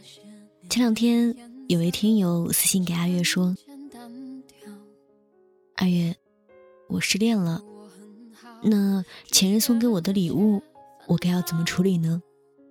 前两天有位听友私信给阿月说，阿月，我失恋了，那前任送给我的礼物我该要怎么处理呢？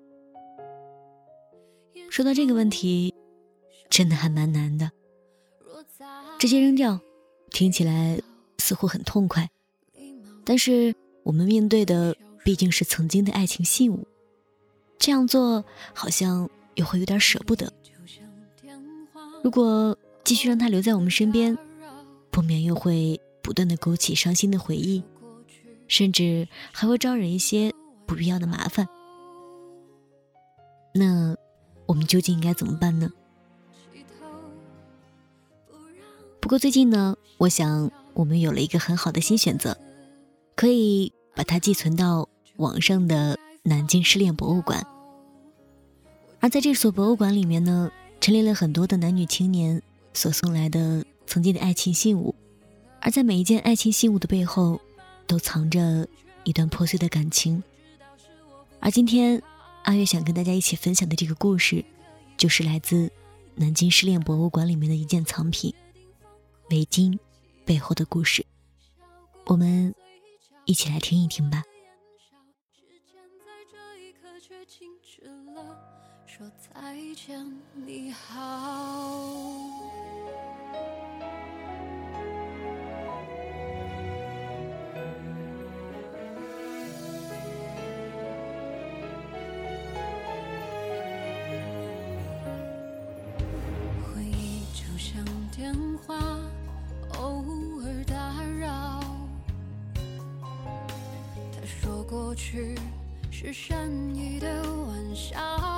说到这个问题真的还蛮难的，直接扔掉听起来似乎很痛快，但是我们面对的毕竟是曾经的爱情信物，这样做好像又会有点舍不得。如果继续让它留在我们身边，不免又会不断的勾起伤心的回忆，甚至还会招惹一些不必要的麻烦。那我们究竟应该怎么办呢？不过最近呢，我想我们有了一个很好的新选择，可以把它寄存到网上的南京失恋博物馆。而在这所博物馆里面呢，陈列了很多的男女青年所送来的曾经的爱情信物，而在每一件爱情信物的背后都藏着一段破碎的感情。而今天阿月想跟大家一起分享的这个故事，就是来自南京失恋博物馆里面的一件藏品——围巾背后的故事。我们一起来听一听吧。 说再见你好，回忆就像电话，偶尔打扰。他说过去是善意的玩笑，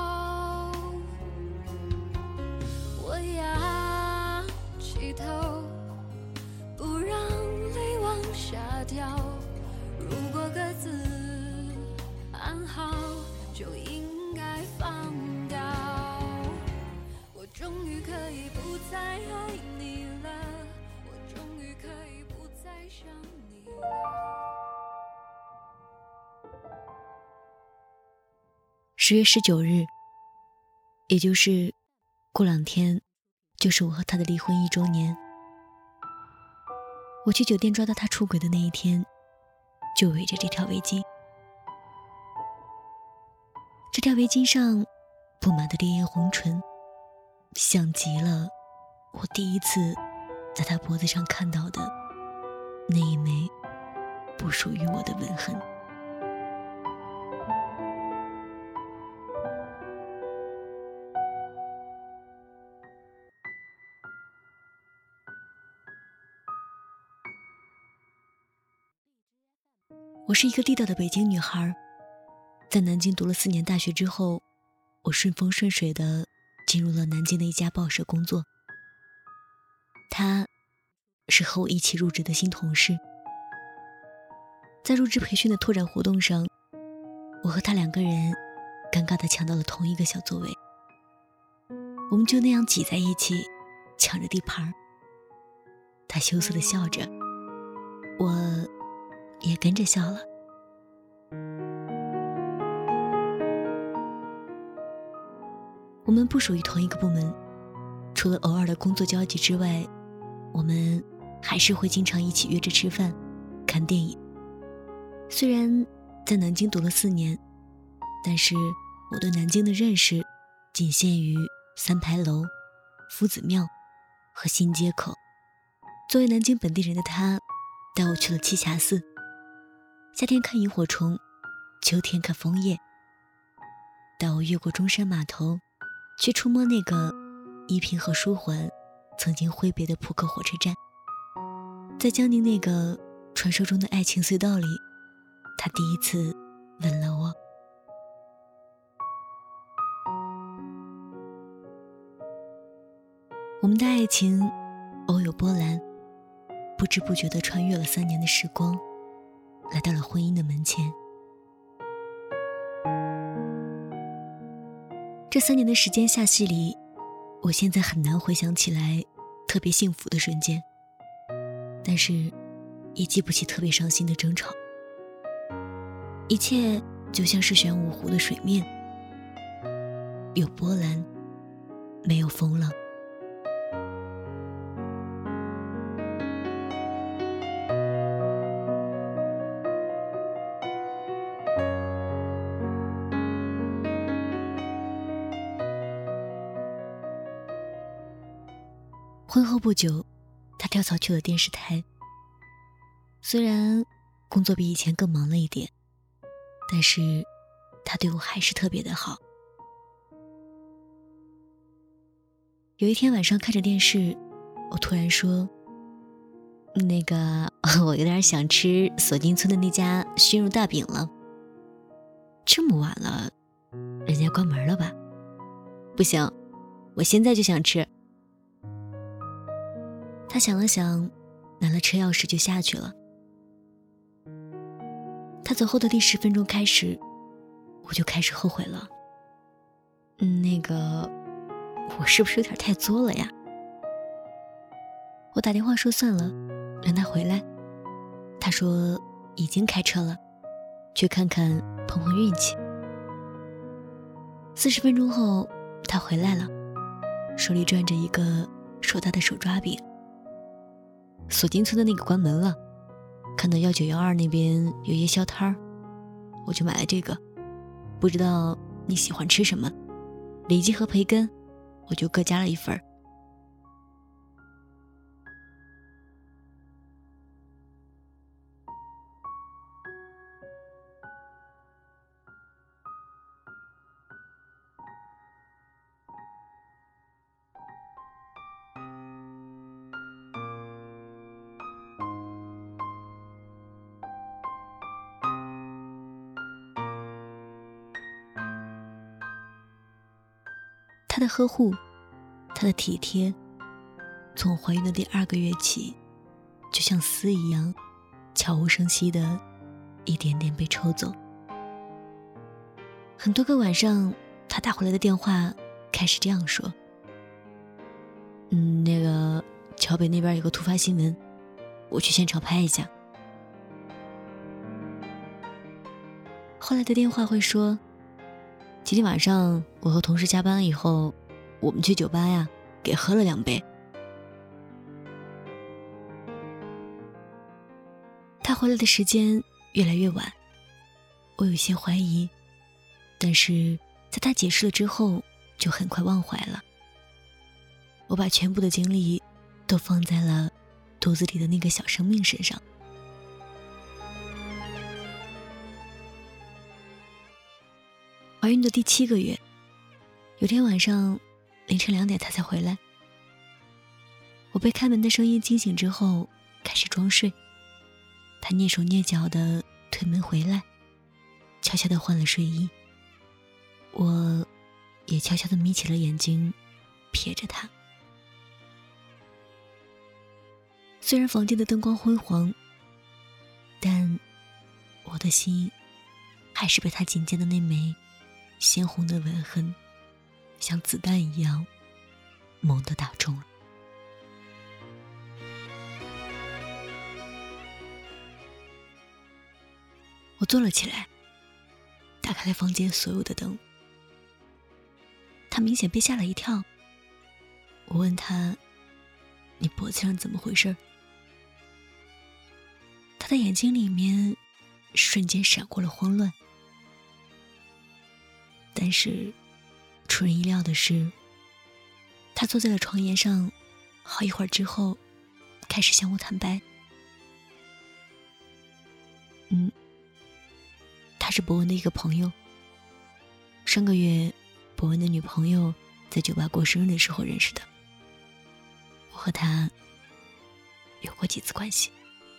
我仰起头，不让泪往下掉。如果各自安好，就应该放掉。我终于可以不再爱你了，我终于可以不再想你了。 10月19日，也就是过2天，就是我和他的离婚1周年。我去酒店抓到他出轨的那一天，就围着这条围巾。这条围巾上布满的烈焰红唇，像极了我第一次在他脖子上看到的那一枚不属于我的吻痕。我是一个地道的北京女孩，在南京读了4年大学之后，我顺风顺水地进入了南京的一家报社工作。他是和我一起入职的新同事。在入职培训的拓展活动上，我和他2个人尴尬地抢到了同一个小座位，我们就那样挤在一起抢着地盘。他羞涩地笑着，我也跟着笑了。我们不属于同一个部门，除了偶尔的工作交集之外，我们还是会经常一起约着吃饭、看电影。虽然在南京读了4年，但是我对南京的认识仅限于三牌楼、夫子庙和新街口。作为南京本地人的他，带我去了栖霞寺，夏天看萤火虫，秋天看枫叶，带我越过中山码头，去触摸那个依萍和舒缓曾经挥别的浦口火车站。在江宁那个传说中的爱情隧道里，他第一次吻了我。我们的爱情偶有波澜，不知不觉地穿越了3年的时光，来到了婚姻的门前。这3年的时间下戏里，我现在很难回想起来特别幸福的瞬间，但是也记不起特别伤心的争吵。一切就像是玄武湖的水面，有波澜， 没有风浪。婚后不久，他跳槽去了电视台。虽然工作比以前更忙了一点，但是他对我还是特别的好。有一天晚上看着电视，我突然说，我有点想吃锁金村的那家熏肉大饼了。这么晚了，人家关门了吧？不行，我现在就想吃。他想了想，拿了车钥匙就下去了。他走后的第10分钟开始，我就开始后悔了。我是不是有点太作了呀？我打电话说算了，让他回来。他说已经开车了，去看看碰碰运气。40分钟后，他回来了，手里攥着一个硕大的手抓饼。锁金村的那个关门了，看到1912那边有夜宵摊儿，我就买了这个。不知道你喜欢吃什么，里脊和培根我就各加了1份。他的呵护，他的体贴，从我怀孕的第2个月起，就像丝一样，悄无声息的一点点被抽走。很多个晚上，他打回来的电话开始这样说：桥北那边有个突发新闻，我去现场拍一下。后来的电话会说，今天晚上我和同事加班以后，我们去酒吧呀，给喝了2杯。他回来的时间越来越晚，我有些怀疑，但是在他解释了之后，就很快忘怀了。我把全部的精力都放在了肚子里的那个小生命身上。怀孕的第7个月，有天晚上凌晨2点他才回来。我被开门的声音惊醒之后，开始装睡。他蹑手蹑脚地推门回来，悄悄地换了睡衣。我也悄悄地眯起了眼睛，瞥着他。虽然房间的灯光昏黄，但我的心还是被他颈间的那枚鲜红的吻痕像子弹一样猛地打中了。我坐了起来，打开了房间所有的灯。他明显被吓了一跳。我问他，你脖子上怎么回事？他的眼睛里面瞬间闪过了慌乱。但是出人意料的是，他坐在了床沿上，好一会儿之后开始向我坦白。他是博文的一个朋友，上个月博文的女朋友在酒吧过生日的时候认识的。我和他有过几次关系。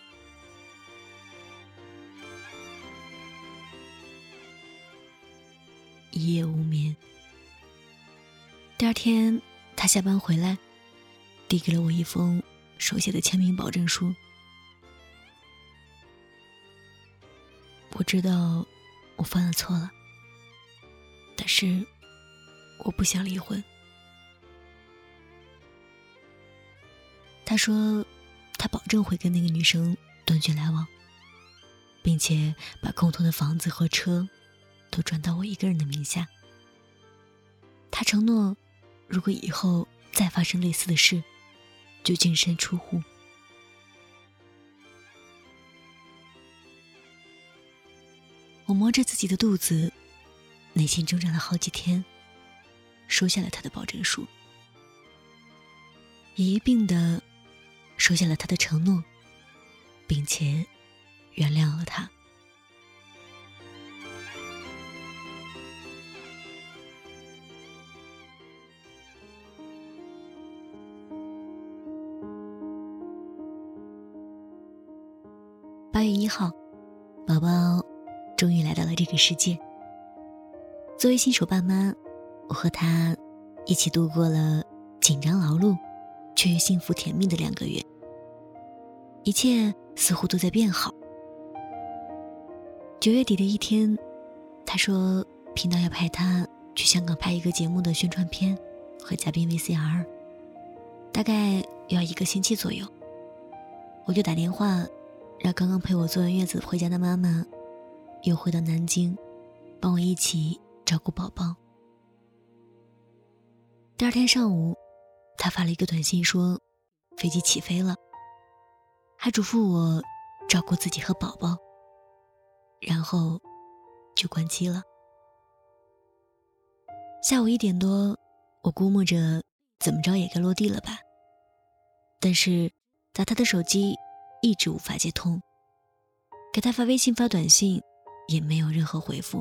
一夜无眠。第2天他下班回来，递给了我一封手写的签名保证书。我知道我犯了错了，但是我不想离婚。他说他保证会跟那个女生断绝来往，并且把共同的房子和车都转到我一个人的名下。他承诺， 如果以后再发生类似的事，就净身出户。我摸着自己的肚子，内心挣扎了好几天，收下了他的保证书，也一并的收下了他的承诺，并且原谅了他。8月1号，宝宝终于来到了这个世界。作为新手爸妈，我和他一起度过了紧张劳碌却又幸福甜蜜的2个月，一切似乎都在变好。9月底的一天，他说频道要派他去香港拍一个节目的宣传片和嘉宾 VCR， 大概要1个星期左右。我就打电话让刚刚陪我坐完月子回家的妈妈又回到南京，帮我一起照顾宝宝。第2天上午，他发了一个短信说飞机起飞了，还嘱咐我照顾自己和宝宝，然后就关机了。下午1点多，我估摸着怎么着也该落地了吧，但是打他的手机一直无法接通，给他发微信发短信也没有任何回复。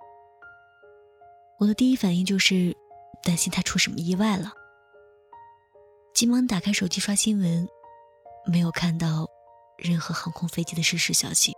我的第一反应就是担心他出什么意外了，急忙打开手机刷新闻，没有看到任何航空飞机的失事消息。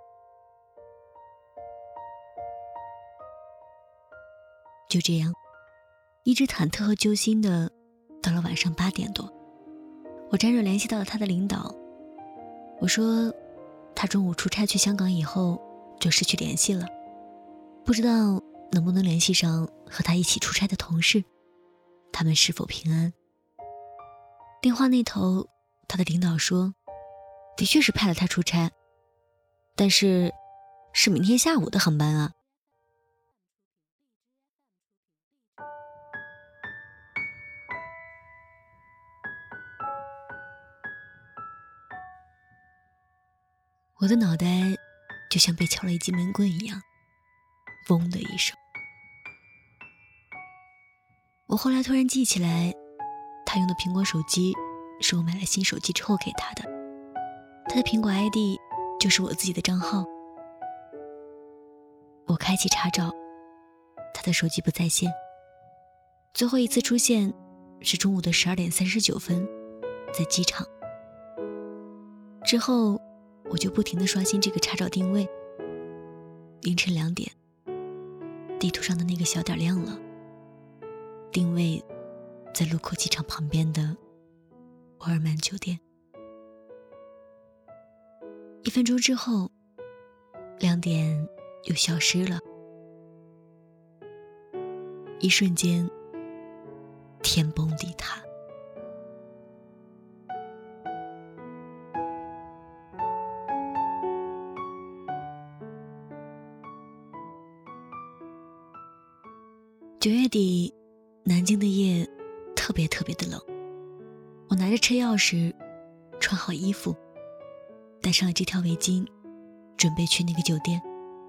就这样，一直忐忑和揪心的到了晚上8点多，我辗转联系到了他的领导，我说他中午出差去香港以后就失去联系了，不知道能不能联系上和他一起出差的同事，他们是否平安。电话那头，他的领导说的确是派了他出差，但是是明天下午的航班啊。我的脑袋就像被敲了一记闷棍一样，嗡的一声。我后来突然记起来，他用的苹果手机是我买了新手机之后给他的，他的苹果 ID 就是我自己的账号。我开启查找，他的手机不在线，最后一次出现是中午的12点39分，在机场。之后我就不停地刷新这个查找定位。凌晨2点，地图上的那个小点亮了，定位在禄口机场旁边的沃尔曼酒店。1分钟之后，2点又消失了。一瞬间，天崩地塌。9月底，南京的夜特别的冷。我拿着车钥匙，穿好衣服，戴上了这条围巾，准备去那个酒店。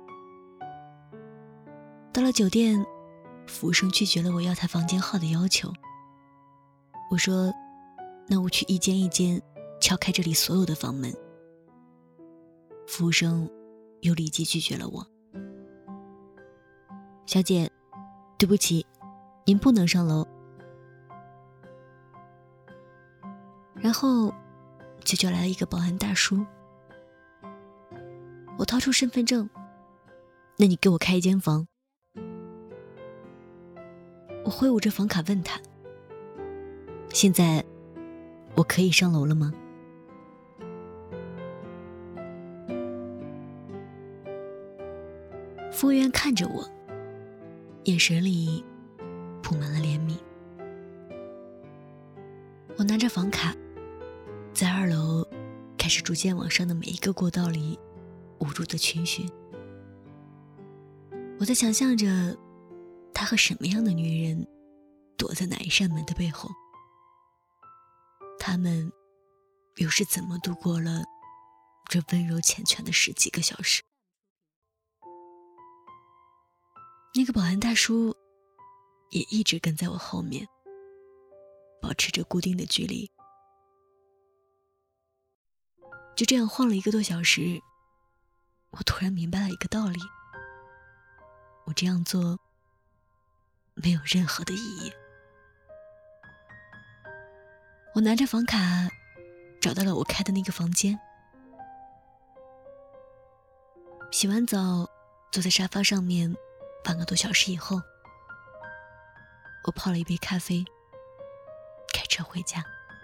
到了酒店，服务生拒绝了我要他房间号的要求。我说，那我去一间一间敲开这里所有的房门。服务生又立即拒绝了我。小姐，对不起，您不能上楼。然后就叫来了一个保安大叔。我掏出身份证，那你给我开一间房。我挥舞着房卡问他，现在我可以上楼了吗？服务员看着我，眼神里铺满了怜悯。我拿着房卡，在2楼开始逐渐往上的每一个过道里无助的群寻。我在想象着他和什么样的女人躲在哪一扇门的背后？他们又是怎么度过了这温柔缱绻的10几个小时？那个保安大叔也一直跟在我后面，保持着固定的距离。就这样晃了1个多小时，我突然明白了一个道理：我这样做没有任何的意义。我拿着房卡找到了我开的那个房间，洗完澡坐在沙发上面半个多小时以后，我泡了一杯咖啡，开车回家。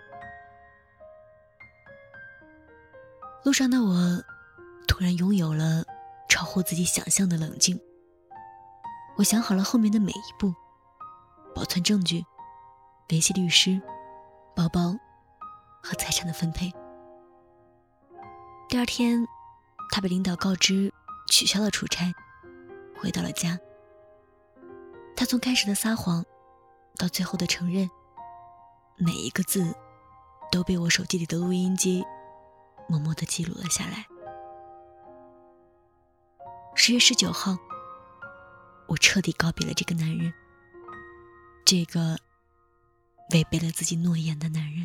路上的我突然拥有了超乎自己想象的冷静。我想好了后面的每一步，保存证据，联系律师，包包和财产的分配。第2天，他被领导告知取消了出差，回到了家。他从开始的撒谎到最后的承认，每一个字都被我手机里的录音机默默地记录了下来。10月19号，我彻底告别了这个男人，这个违背了自己诺言的男人。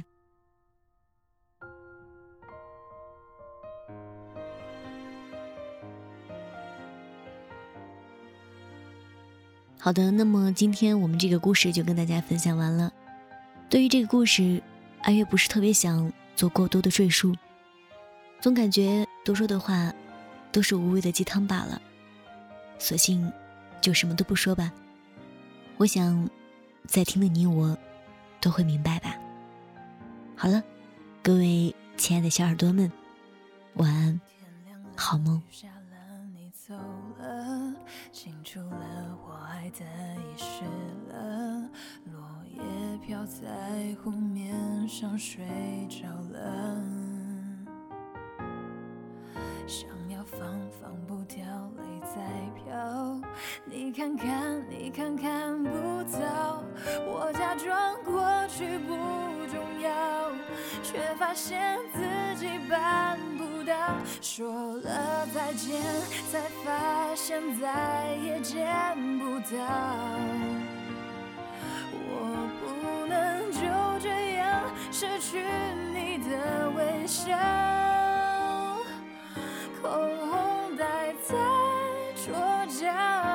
好的，那么今天我们这个故事就跟大家分享完了。对于这个故事，阿月不是特别想做过多的赘述，总感觉多说的话都是无谓的鸡汤罢了，索性就什么都不说吧。我想在听的你我都会明白吧。好了，各位亲爱的小耳朵们，晚安，好梦。 清楚了，我爱的遗失了，落叶飘在湖面上，睡着了。想要放不掉，泪在飘。你看看，你看看不到，我假装过去不重要，却发现自己办不到。说了再见，才发现再也见不到。我不能就这样失去你的微笑，口红戴在桌角，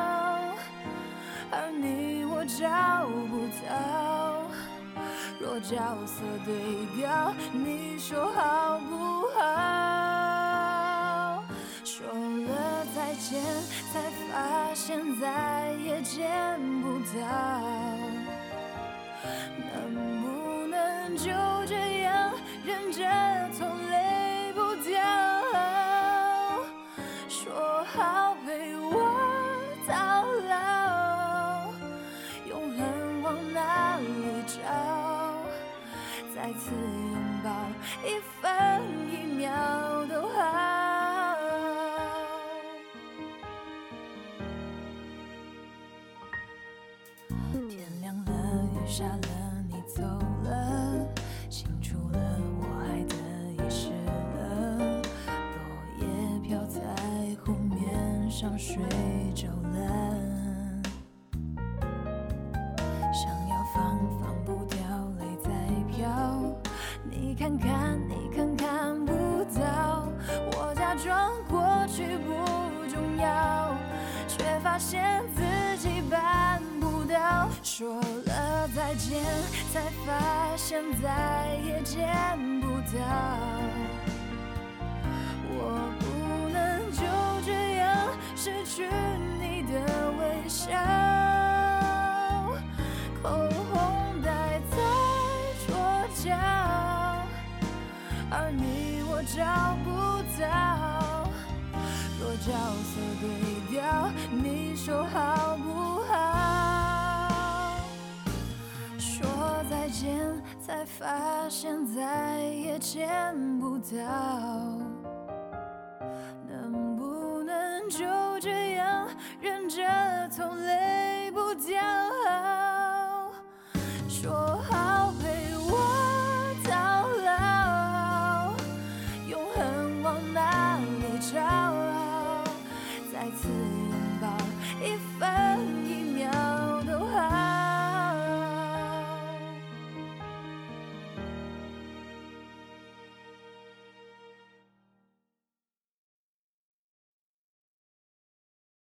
而你我找不到。若角色对调，你说好不好？说了再见，才发现再也见不到。能不能就这样忍着痛泪不掉？说好陪我到老，永恒往哪里找？再次拥抱，1分1秒都好。天亮了，雨下了，你走了，清楚了，我爱的遗失了，落叶飘在湖面上，睡着了。想要放不掉，泪在飘。你看看，你看看不到，我假装过去不重要，却发现自己办不到。说了再见，才发现再也见不到。我不能就这样失去你的微笑，口红戴在桌角，而你我找不到。若角色对调，你说好不好？说再见，才发现再也见不到。能不能就这样忍着痛泪不掉？